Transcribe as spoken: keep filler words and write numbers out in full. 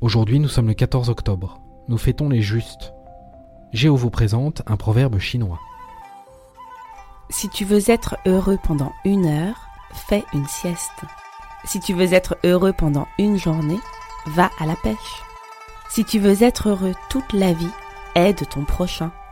Aujourd'hui, nous sommes le quatorze octobre. Nous fêtons les justes. Géo vous présente un proverbe chinois. Si tu veux être heureux pendant une heure, fais une sieste. Si tu veux être heureux pendant une journée, va à la pêche. Si tu veux être heureux toute la vie, aide ton prochain.